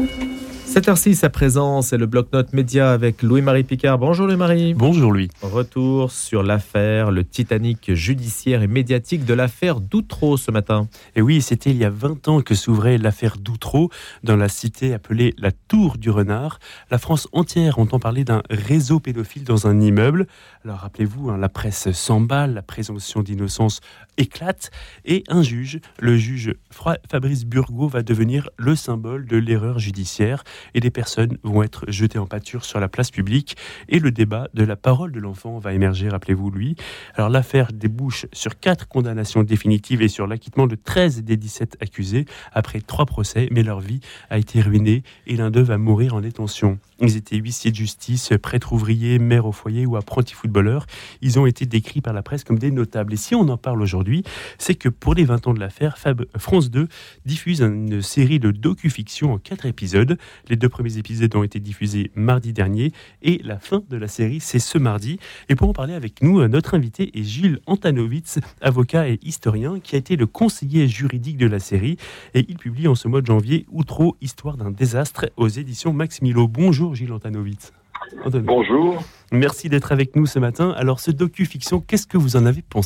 7h06 à présent, c'est le bloc-notes média avec Louis-Marie Picard. Bonjour Louis-Marie. Bonjour Louis. Retour sur l'affaire, le Titanic judiciaire et médiatique de l'affaire d'Outreau ce matin. Et oui, c'était il y a 20 ans que s'ouvrait l'affaire d'Outreau dans la cité appelée la Tour du Renard. La France entière entend parler d'un réseau pédophile dans un immeuble. Alors rappelez-vous, la presse s'emballe, la présomption d'innocence éclate et un juge, le juge Fabrice Burgot, va devenir le symbole de l'erreur judiciaire et des personnes vont être jetées en pâture sur la place publique et le débat de la parole de l'enfant va émerger, rappelez-vous lui. Alors l'affaire débouche sur 4 condamnations définitives et sur l'acquittement de 13 des 17 accusés après 3 procès, mais leur vie a été ruinée et l'un d'eux va mourir en détention. Ils étaient huissiers de justice, prêtres ouvriers, mères au foyer ou apprentis footballeurs. Ils ont été décrits par la presse comme des notables. Et si on en parle aujourd'hui, c'est que pour les 20 ans de l'affaire, France 2 diffuse une série de docu-fiction en 4 épisodes. Les 2 premiers épisodes ont été diffusés mardi dernier et la fin de la série, c'est ce mardi. Et pour en parler avec nous, notre invité est Gilles Antanovitz, avocat et historien, qui a été le conseiller juridique de la série. Et il publie en ce mois de janvier Outreau, histoire d'un désastre aux éditions Max Milo. Bonjour Gilles Antanovitz. Bonjour. Merci d'être avec nous ce matin. Alors ce docu-fiction, qu'est-ce que vous en avez pensé ?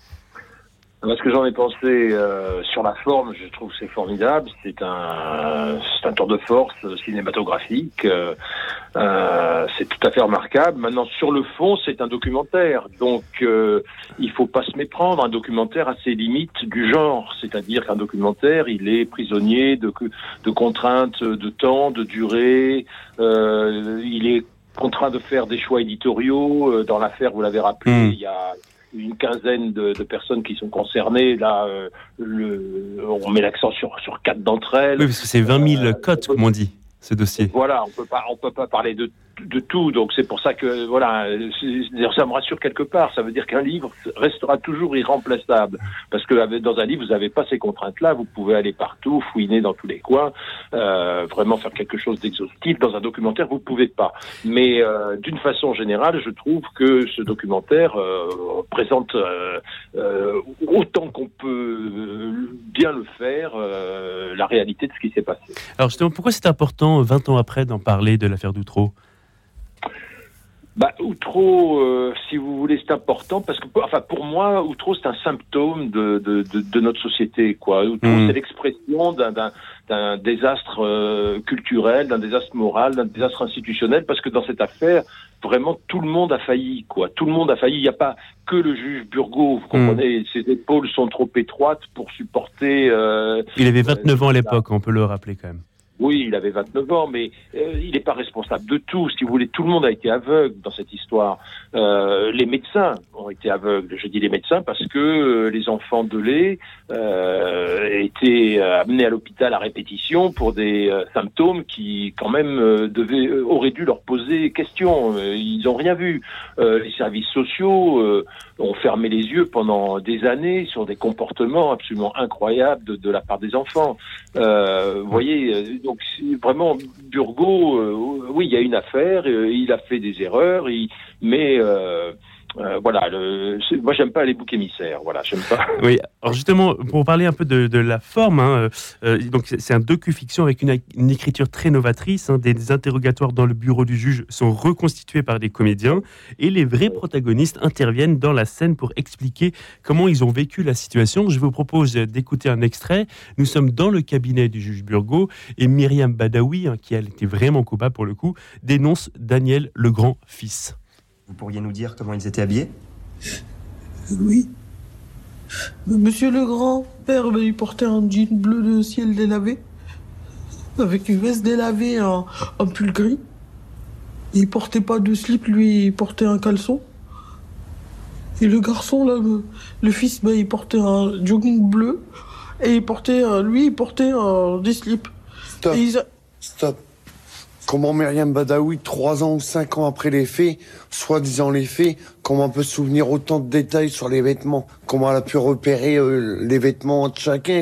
Ce que j'en ai pensé sur la forme, je trouve que c'est formidable. C'est un tour de force cinématographique. C'est tout à fait remarquable. Maintenant, sur le fond, c'est un documentaire. Donc, il faut pas se méprendre. Un documentaire a ses limites du genre. C'est-à-dire qu'un documentaire, il est prisonnier de contraintes de temps, de durée. Il est contraint de faire des choix éditoriaux. Dans l'affaire, vous l'avez rappelé, il y a une quinzaine de personnes qui sont concernées. Là, on met l'accent sur 4 d'entre elles. Oui, parce que c'est 20 000 cotes, comme on dit, ce dossier. Voilà, on peut pas parler de tout. Donc c'est pour ça que voilà, ça me rassure quelque part. Ça veut dire qu'un livre restera toujours irremplaçable, parce que dans un livre, vous n'avez pas ces contraintes-là. Vous pouvez aller partout, fouiner dans tous les coins, vraiment faire quelque chose d'exhaustif. Dans un documentaire, vous pouvez pas. Mais d'une façon générale, je trouve que ce documentaire présente autant qu'on peut bien le faire la réalité de ce qui s'est passé. Alors justement, pourquoi c'est important 20 ans après d'en parler de l'affaire d'Outreau ? Outreau, si vous voulez, c'est important parce que, pour moi, Outreau, c'est un symptôme de notre société, quoi. Outreau, c'est l'expression d'un désastre culturel, d'un désastre moral, d'un désastre institutionnel, parce que dans cette affaire, vraiment, tout le monde a failli, quoi. Tout le monde a failli. Il n'y a pas que le juge Burgot, vous comprenez. Ses épaules sont trop étroites pour supporter. Il avait 29 ans à l'époque, on peut le rappeler quand même. Oui, il avait 29 ans, mais il n'est pas responsable de tout. Si vous voulez, tout le monde a été aveugle dans cette histoire. Les médecins ont été aveugles. Je dis les médecins parce que les enfants de lait étaient amenés à l'hôpital à répétition pour des symptômes qui, quand même, auraient dû leur poser question. Ils n'ont rien vu. Les services sociaux ont fermé les yeux pendant des années sur des comportements absolument incroyables de la part des enfants. Vous voyez, donc vraiment Burgot, oui, il y a une affaire, il a fait des erreurs, mais voilà, moi j'aime pas les boucs émissaires, voilà, j'aime pas. Oui, alors justement, pour parler un peu de la forme, donc c'est un docu-fiction avec une écriture très novatrice, des interrogatoires dans le bureau du juge sont reconstitués par des comédiens et les vrais protagonistes interviennent dans la scène pour expliquer comment ils ont vécu la situation. Je vous propose d'écouter un extrait. Nous sommes dans le cabinet du juge Burgot et Myriam Badaoui, qui elle était vraiment coupable pour le coup, dénonce Daniel Legrand fils. Vous pourriez nous dire comment ils étaient habillés ? Oui. Monsieur Legrand, père, il portait un jean bleu de ciel délavé, avec une veste délavée, un pull gris. Il portait pas de slip, lui, il portait un caleçon. Et le garçon, là, le fils, il portait un jogging bleu, et il portait des slips. Stop. Comment Myriam Badaoui, 3 ans ou 5 ans après les faits, soi-disant les faits, comment on peut se souvenir autant de détails sur les vêtements ? Comment elle a pu repérer les vêtements de chacun, quoi ?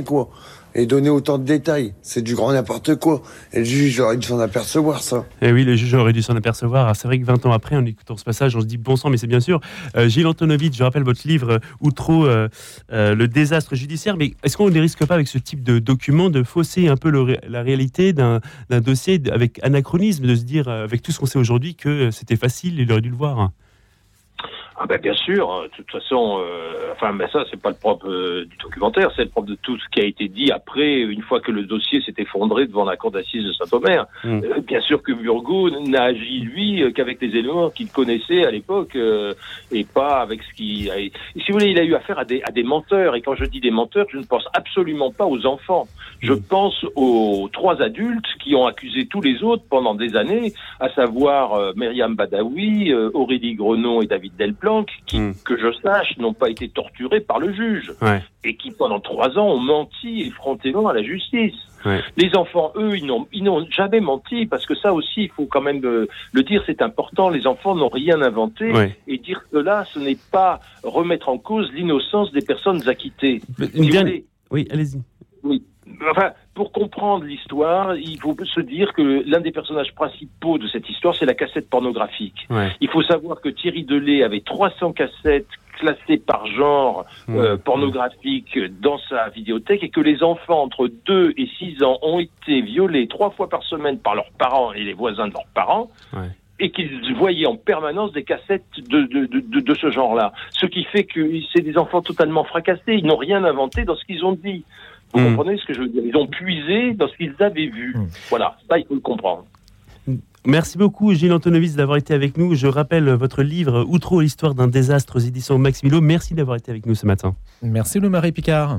et donner autant de détails. C'est du grand n'importe quoi. Et le juge aurait dû s'en apercevoir, ça. Et oui, le juge aurait dû s'en apercevoir. Alors, c'est vrai que 20 ans après, en écoutant ce passage, on se dit bon sang, mais c'est bien sûr. Gilles Antonovitch, je rappelle votre livre Outreau, le désastre judiciaire. Mais est-ce qu'on ne risque pas avec ce type de document de fausser un peu la réalité d'un dossier avec anachronisme, de se dire avec tout ce qu'on sait aujourd'hui que c'était facile, il aurait dû le voir? Ah ben bien sûr, de toute façon, mais ça c'est pas le propre du documentaire, c'est le propre de tout ce qui a été dit après, une fois que le dossier s'est effondré devant la cour d'assises de Saint-Omer. Bien sûr que Burgot n'a agi lui qu'avec les éléments qu'il connaissait à l'époque et pas avec ce qui. Si vous voulez, il a eu affaire à des menteurs, et quand je dis des menteurs, je ne pense absolument pas aux enfants. Je pense aux 3 adultes qui ont accusé tous les autres pendant des années, à savoir Myriam Badaoui, Aurélie Grenon et David Delplanque, qui, que je sache, n'ont pas été torturés par le juge, et qui pendant 3 ans ont menti effrontément à la justice. Les enfants, eux, ils n'ont jamais menti, parce que ça aussi, il faut quand même le dire, c'est important, les enfants n'ont rien inventé, et dire cela, ce n'est pas remettre en cause l'innocence des personnes acquittées. Oui, allez-y. Oui. Enfin, pour comprendre l'histoire, il faut se dire que l'un des personnages principaux de cette histoire, c'est la cassette pornographique. Il faut savoir que Thierry Delay avait 300 cassettes classées par genre pornographique dans sa vidéothèque, et que les enfants entre 2 et 6 ans ont été violés 3 fois par semaine par leurs parents et les voisins de leurs parents. Et qu'ils voyaient en permanence des cassettes de ce genre-là. Ce qui fait que c'est des enfants totalement fracassés. Ils n'ont rien inventé dans ce qu'ils ont dit. Vous comprenez ce que je veux dire? Ils ont puisé dans ce qu'ils avaient vu. Voilà, ça, il faut le comprendre. Merci beaucoup, Gilles Antonovitch, d'avoir été avec nous. Je rappelle votre livre Outreau, l'histoire d'un désastre aux éditions Max Milo. Merci d'avoir été avec nous ce matin. Merci, Marie Picard.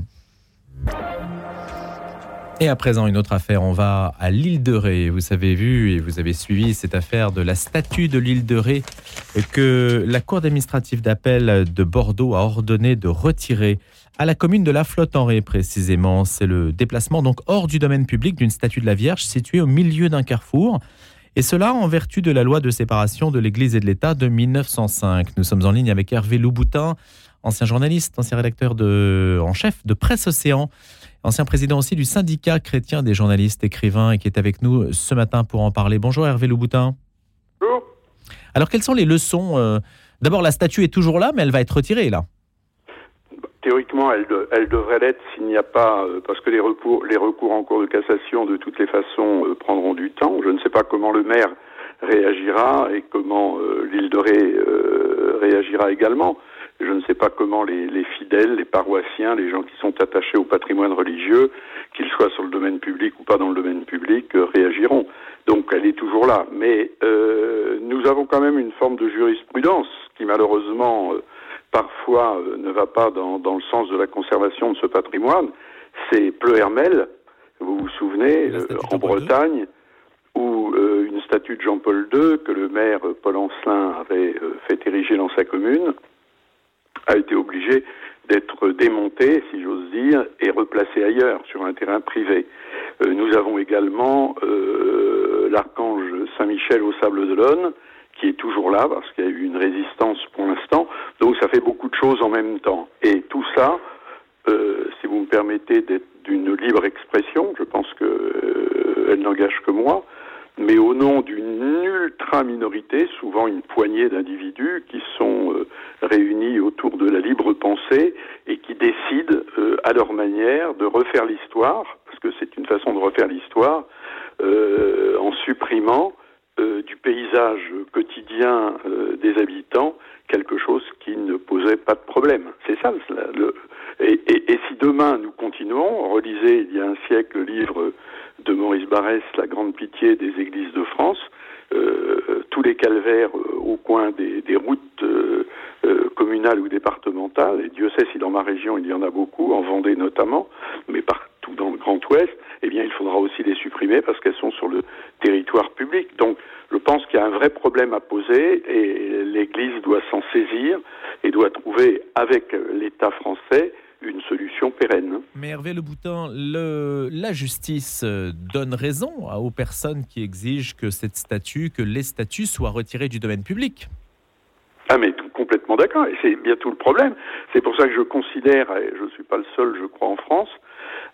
Et à présent, une autre affaire. On va à l'île de Ré. Vous avez vu et vous avez suivi cette affaire de la statue de l'île de Ré que la Cour administrative d'appel de Bordeaux a ordonné de retirer à la commune de La Flotte-en-Ré précisément. C'est le déplacement donc hors du domaine public d'une statue de la Vierge située au milieu d'un carrefour. Et cela en vertu de la loi de séparation de l'Église et de l'État de 1905. Nous sommes en ligne avec Hervé Louboutin, ancien journaliste, ancien rédacteur en chef de Presse Océan, ancien président aussi du syndicat chrétien des journalistes écrivains, et qui est avec nous ce matin pour en parler. Bonjour Hervé Louboutin. Bonjour. Alors quelles sont les leçons D'abord, la statue est toujours là, mais elle va être retirée là. Théoriquement, elle devrait l'être s'il n'y a pas, parce que les recours en cours de cassation, de toutes les façons, prendront du temps. Je ne sais pas comment le maire réagira et comment l'île de Ré réagira également. Je ne sais pas comment les fidèles, les paroissiens, les gens qui sont attachés au patrimoine religieux, qu'ils soient sur le domaine public ou pas dans le domaine public, réagiront. Donc elle est toujours là. Mais nous avons quand même une forme de jurisprudence qui malheureusement parfois ne va pas dans le sens de la conservation de ce patrimoine. C'est Pleuhermel, vous vous souvenez, en Bretagne, où une statue de Jean-Paul II, que le maire Paul Ancelin avait fait ériger dans sa commune, a été obligée d'être démontée, si j'ose dire, et replacée ailleurs, sur un terrain privé. Nous avons également l'archange Saint-Michel au Sable d'Olonne, qui est toujours là, parce qu'il y a eu une résistance pour l'instant. Donc ça fait beaucoup de choses en même temps. Et tout ça, si vous me permettez d'être d'une libre expression, je pense qu'elle n'engage que moi, mais au nom d'une ultra-minorité, souvent une poignée d'individus qui sont réunis autour de la libre pensée et qui décident à leur manière de refaire l'histoire, parce que c'est une façon de refaire l'histoire, en supprimant du paysage quotidien des habitants quelque chose qui ne posait pas de problème. C'est ça. Et si demain nous continuons, relisez il y a un siècle le livre de Maurice Barrès, La Grande Pitié des Églises de France, tous les calvaires au coin des routes communales ou départementales, et Dieu sait si dans ma région il y en a beaucoup, en Vendée notamment, mais partout dans le Grand Ouest, eh bien il faudra aussi les supprimer parce qu'elles sont sur le territoire public. Donc je pense qu'il y a un vrai problème à poser et l'Église doit s'en saisir et doit trouver avec l'État français une solution pérenne. Mais Hervé Louboutin, la justice donne raison aux personnes qui exigent que les statues soient retirées du domaine public. Ah mais complètement d'accord, et c'est bien tout le problème. C'est pour ça que je considère, et je ne suis pas le seul je crois en France,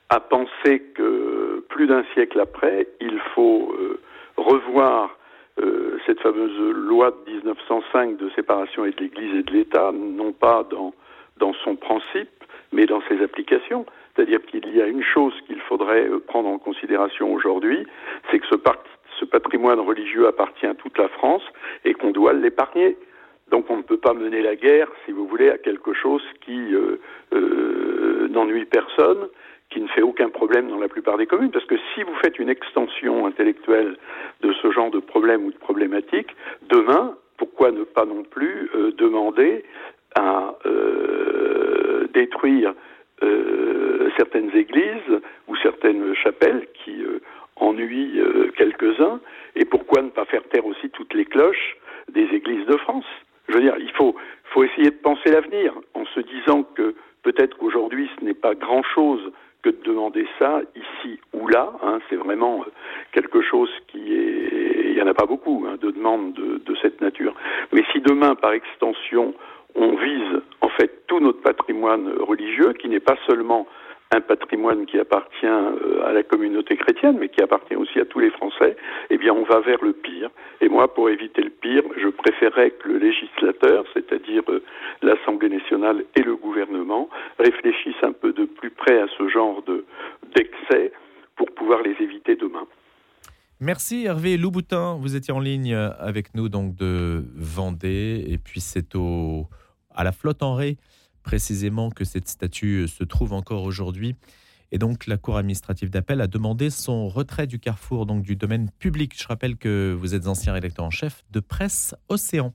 à penser que plus d'un siècle après, il faut revoir cette fameuse loi de 1905 de séparation de l'Église et de l'État, non pas dans son principe, mais dans ses applications. C'est-à-dire qu'il y a une chose qu'il faudrait prendre en considération aujourd'hui, c'est que ce patrimoine religieux appartient à toute la France et qu'on doit l'épargner. Donc on ne peut pas mener la guerre, si vous voulez, à quelque chose qui n'ennuie personne, qui ne fait aucun problème dans la plupart des communes. Parce que si vous faites une extension intellectuelle de ce genre de problème ou de problématique, demain, pourquoi ne pas non plus demander à détruire certaines églises ou certaines chapelles qui ennuient quelques-uns, et pourquoi ne pas faire taire aussi toutes les cloches des églises de France? Je veux dire, il faut essayer de penser l'avenir en se disant que peut-être qu'aujourd'hui ce n'est pas grand-chose que de demander ça ici ou là. C'est vraiment quelque chose il n'y en a pas beaucoup de demandes de cette nature. Mais si demain, par extension, on vise en fait tout notre patrimoine religieux, qui n'est pas seulement un patrimoine qui appartient à la communauté chrétienne, mais qui appartient aussi à tous les Français, eh bien on va vers le pire. Et moi, pour éviter le pire, je préférerais que le législateur, c'est-à-dire l'Assemblée nationale et le gouvernement, réfléchissent un peu de plus près à ce genre d'excès pour pouvoir les éviter demain. Merci Hervé Louboutin, vous étiez en ligne avec nous donc de Vendée, et puis c'est à la Flotte-en-Ré précisément que cette statue se trouve encore aujourd'hui. Et donc la Cour administrative d'appel a demandé son retrait du carrefour, donc du domaine public. Je rappelle que vous êtes ancien rédacteur en chef de Presse Océan.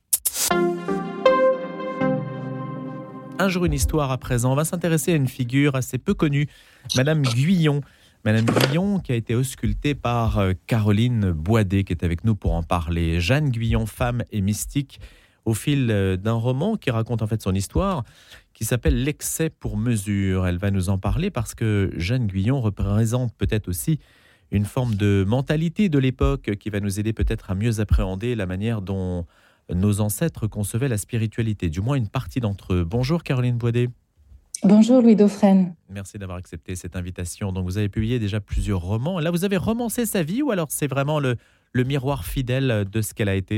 Un jour une histoire à présent. On va s'intéresser à une figure assez peu connue, Madame Guyon. Madame Guyon qui a été auscultée par Caroline Boidet, qui est avec nous pour en parler. Jeanne Guyon, femme et mystique, au fil d'un roman qui raconte en fait son histoire, qui s'appelle L'excès pour mesure. Elle va nous en parler parce que Jeanne Guyon représente peut-être aussi une forme de mentalité de l'époque qui va nous aider peut-être à mieux appréhender la manière dont nos ancêtres concevaient la spiritualité, du moins une partie d'entre eux. Bonjour Caroline Boidet. Bonjour Louis Dauphren. Merci d'avoir accepté cette invitation. Donc vous avez publié déjà plusieurs romans. Là, vous avez romancé sa vie, ou alors c'est vraiment le miroir fidèle de ce qu'elle a été ?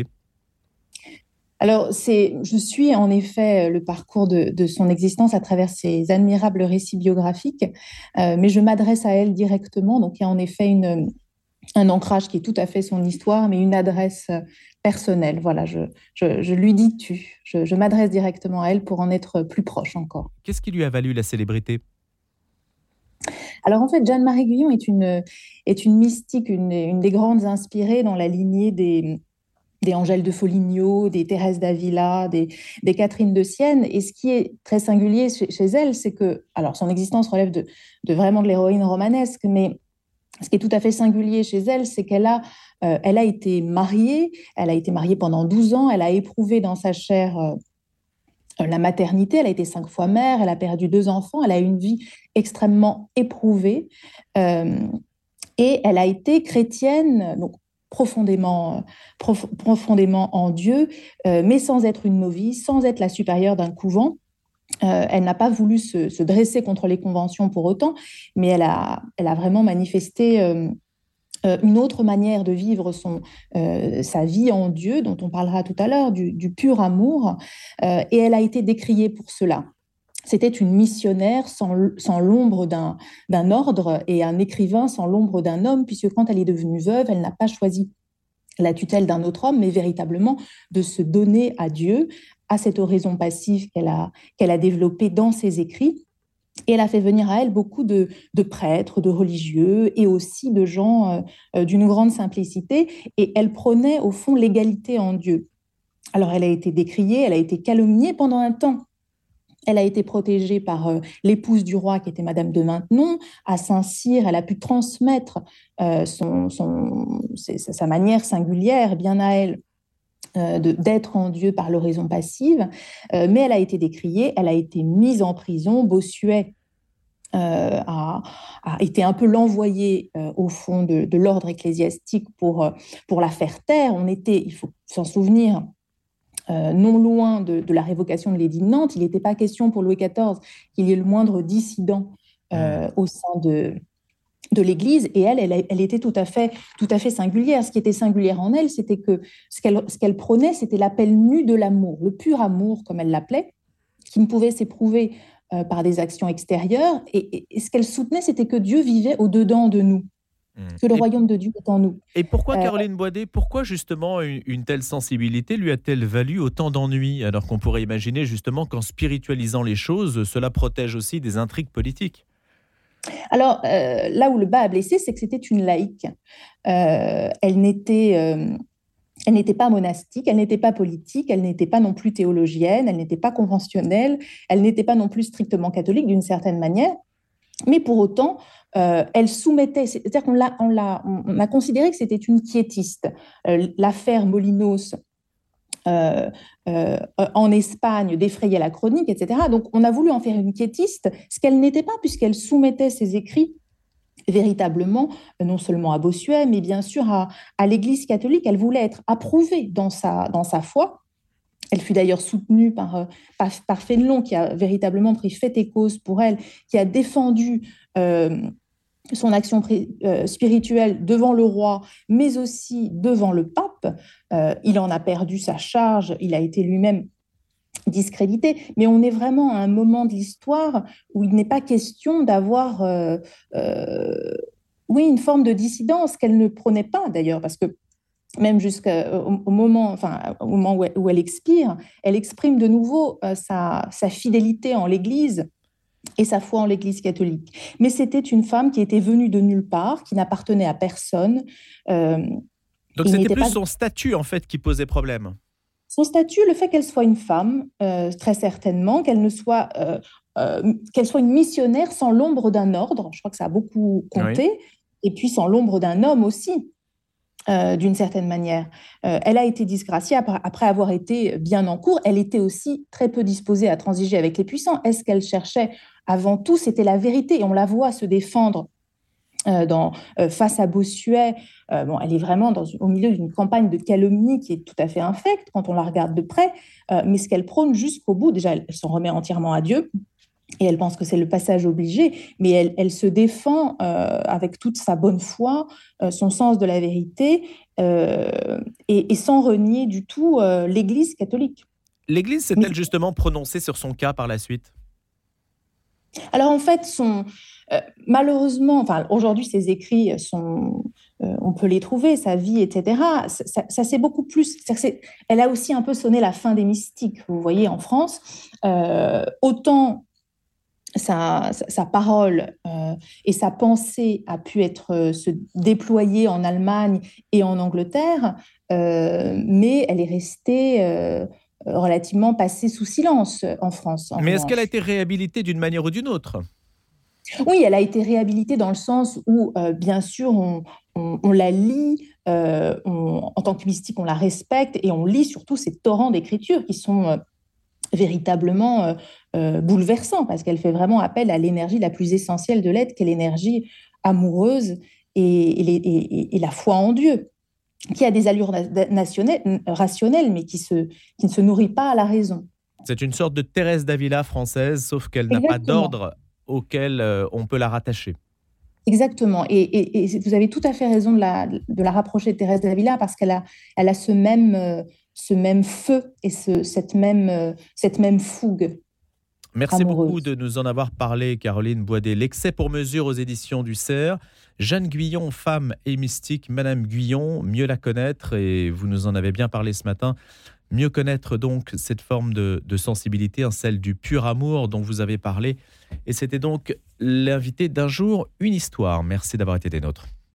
Alors, je suis en effet le parcours de son existence à travers ses admirables récits biographiques, mais je m'adresse à elle directement. Donc, il y a en effet un ancrage qui est tout à fait son histoire, mais une adresse personnelle. Voilà, je lui dis tu. Je m'adresse directement à elle pour en être plus proche encore. Qu'est-ce qui lui a valu la célébrité ? Alors en fait, Jeanne-Marie Guyon est une mystique, une des grandes inspirées dans la lignée des Angèle de Foligno, des Thérèse d'Avila, des Catherine de Sienne. Et ce qui est très singulier chez elle, c'est que, alors son existence relève de vraiment de l'héroïne romanesque, mais ce qui est tout à fait singulier chez elle, c'est qu'elle a été mariée. Elle a été mariée pendant 12 ans. Elle a éprouvé dans sa chair la maternité. Elle a été 5 fois mère. Elle a perdu 2 enfants. Elle a eu une vie extrêmement éprouvée. Et elle a été chrétienne, donc profondément en Dieu, mais sans être une novice, sans être la supérieure d'un couvent. Elle n'a pas voulu se dresser contre les conventions pour autant, mais elle a vraiment manifesté une autre manière de vivre sa vie en Dieu, dont on parlera tout à l'heure, du pur amour, et elle a été décriée pour cela. C'était une missionnaire sans l'ombre d'un ordre et un écrivain sans l'ombre d'un homme, puisque quand elle est devenue veuve, elle n'a pas choisi la tutelle d'un autre homme, mais véritablement de se donner à Dieu, à cette oraison passive qu'elle a développée dans ses écrits. Et elle a fait venir à elle beaucoup de prêtres, de religieux et aussi de gens d'une grande simplicité. Et elle prônait au fond l'égalité en Dieu. Alors elle a été décriée, elle a été calomniée pendant un temps. Elle a été protégée par l'épouse du roi qui était Madame de Maintenon. À Saint-Cyr, elle a pu transmettre sa manière singulière, bien à elle, d'être en Dieu par l'oraison passive. Mais elle a été décriée, elle a été mise en prison. Bossuet a été un peu l'envoyé au fond de l'ordre ecclésiastique pour la faire taire. Il faut s'en souvenir, non loin de la révocation de l'édit de Nantes. Il n'était pas question pour Louis XIV qu'il y ait le moindre dissident au sein de l'Église, et elle était tout à fait singulière. Ce qui était singulière en elle, c'était que ce qu'elle prônait, c'était l'appel nu de l'amour, le pur amour, comme elle l'appelait, qui ne pouvait s'éprouver par des actions extérieures. Et ce qu'elle soutenait, c'était que Dieu vivait au-dedans de nous, que le royaume de Dieu est en nous. Et pourquoi, Caroline Boidet, pourquoi justement une telle sensibilité lui a-t-elle valu autant d'ennuis, alors qu'on pourrait imaginer justement qu'en spiritualisant les choses, cela protège aussi des intrigues politiques? Alors, là où le bas a blessé, c'est que c'était une laïque. Elle n'était pas monastique, elle n'était pas politique, elle n'était pas non plus théologienne, elle n'était pas conventionnelle, elle n'était pas non plus strictement catholique d'une certaine manière. Mais pour autant, elle soumettait, c'est-à-dire qu'on a considéré que c'était une quiétiste. L'affaire Molinos en Espagne défrayait la chronique, etc. Donc on a voulu en faire une quiétiste, ce qu'elle n'était pas, puisqu'elle soumettait ses écrits véritablement, non seulement à Bossuet, mais bien sûr à l'Église catholique. Elle voulait être approuvée dans sa foi. Elle fut d'ailleurs soutenue par Fénelon, qui a véritablement pris fait et cause pour elle, qui a défendu son action spirituelle devant le roi, mais aussi devant le pape. Il en a perdu sa charge, il a été lui-même discrédité, mais on est vraiment à un moment de l'histoire où il n'est pas question d'avoir une forme de dissidence qu'elle ne prônait pas d'ailleurs, parce que même jusqu'au moment où elle expire, elle exprime de nouveau sa fidélité en l'Église et sa foi en l'Église catholique. Mais c'était une femme qui était venue de nulle part, qui n'appartenait à personne. Donc c'était plus son statut en fait qui posait problème. Son statut, le fait qu'elle soit une femme, très certainement, qu'elle soit une missionnaire sans l'ombre d'un ordre, je crois que ça a beaucoup compté, oui. Et puis sans l'ombre d'un homme aussi. D'une certaine manière. Elle a été disgraciée après avoir été bien en cours. Elle était aussi très peu disposée à transiger avec les puissants. Est-ce qu'elle cherchait avant tout? C'était la vérité. Et on la voit se défendre face à Bossuet. Elle est vraiment au milieu d'une campagne de calomnie qui est tout à fait infecte quand on la regarde de près. Mais ce qu'elle prône jusqu'au bout, déjà, elle s'en remet entièrement à Dieu. Et elle pense que c'est le passage obligé, mais elle se défend avec toute sa bonne foi, son sens de la vérité, et sans renier du tout l'Église catholique. L'Église s'est-elle justement prononcée sur son cas par la suite? Alors en fait, malheureusement, aujourd'hui ses écrits on peut les trouver, sa vie, etc. Ça c'est beaucoup plus. Elle a aussi un peu sonné la fin des mystiques, vous voyez, en France. Autant sa parole et sa pensée a pu se déployer en Allemagne et en Angleterre, mais elle est restée relativement passée sous silence en France. Mais est-ce qu'elle a été réhabilitée d'une manière ou d'une autre? Oui, elle a été réhabilitée dans le sens où, bien sûr, on la lit, en tant que mystique, on la respecte, et on lit surtout ces torrents d'écriture qui sont véritablement bouleversant, parce qu'elle fait vraiment appel à l'énergie la plus essentielle de l'être, qui est l'énergie amoureuse et la foi en Dieu, qui a des allures rationnelles, mais qui ne se nourrit pas à la raison. C'est une sorte de Thérèse d'Avila française, sauf qu'elle n'a pas d'ordre auquel on peut la rattacher. Exactement, et vous avez tout à fait raison de la rapprocher de Thérèse d'Avila, parce qu'elle a ce même feu et cette même fougue. Merci amoureuse. Beaucoup de nous en avoir parlé, Caroline Boidet. L'excès pour mesure aux éditions du Cerf. Jeanne Guyon, femme et mystique. Madame Guyon, mieux la connaître, et vous nous en avez bien parlé ce matin. Mieux connaître donc cette forme de sensibilité, celle du pur amour dont vous avez parlé. Et c'était donc l'invité d'Un jour, une histoire. Merci d'avoir été des nôtres.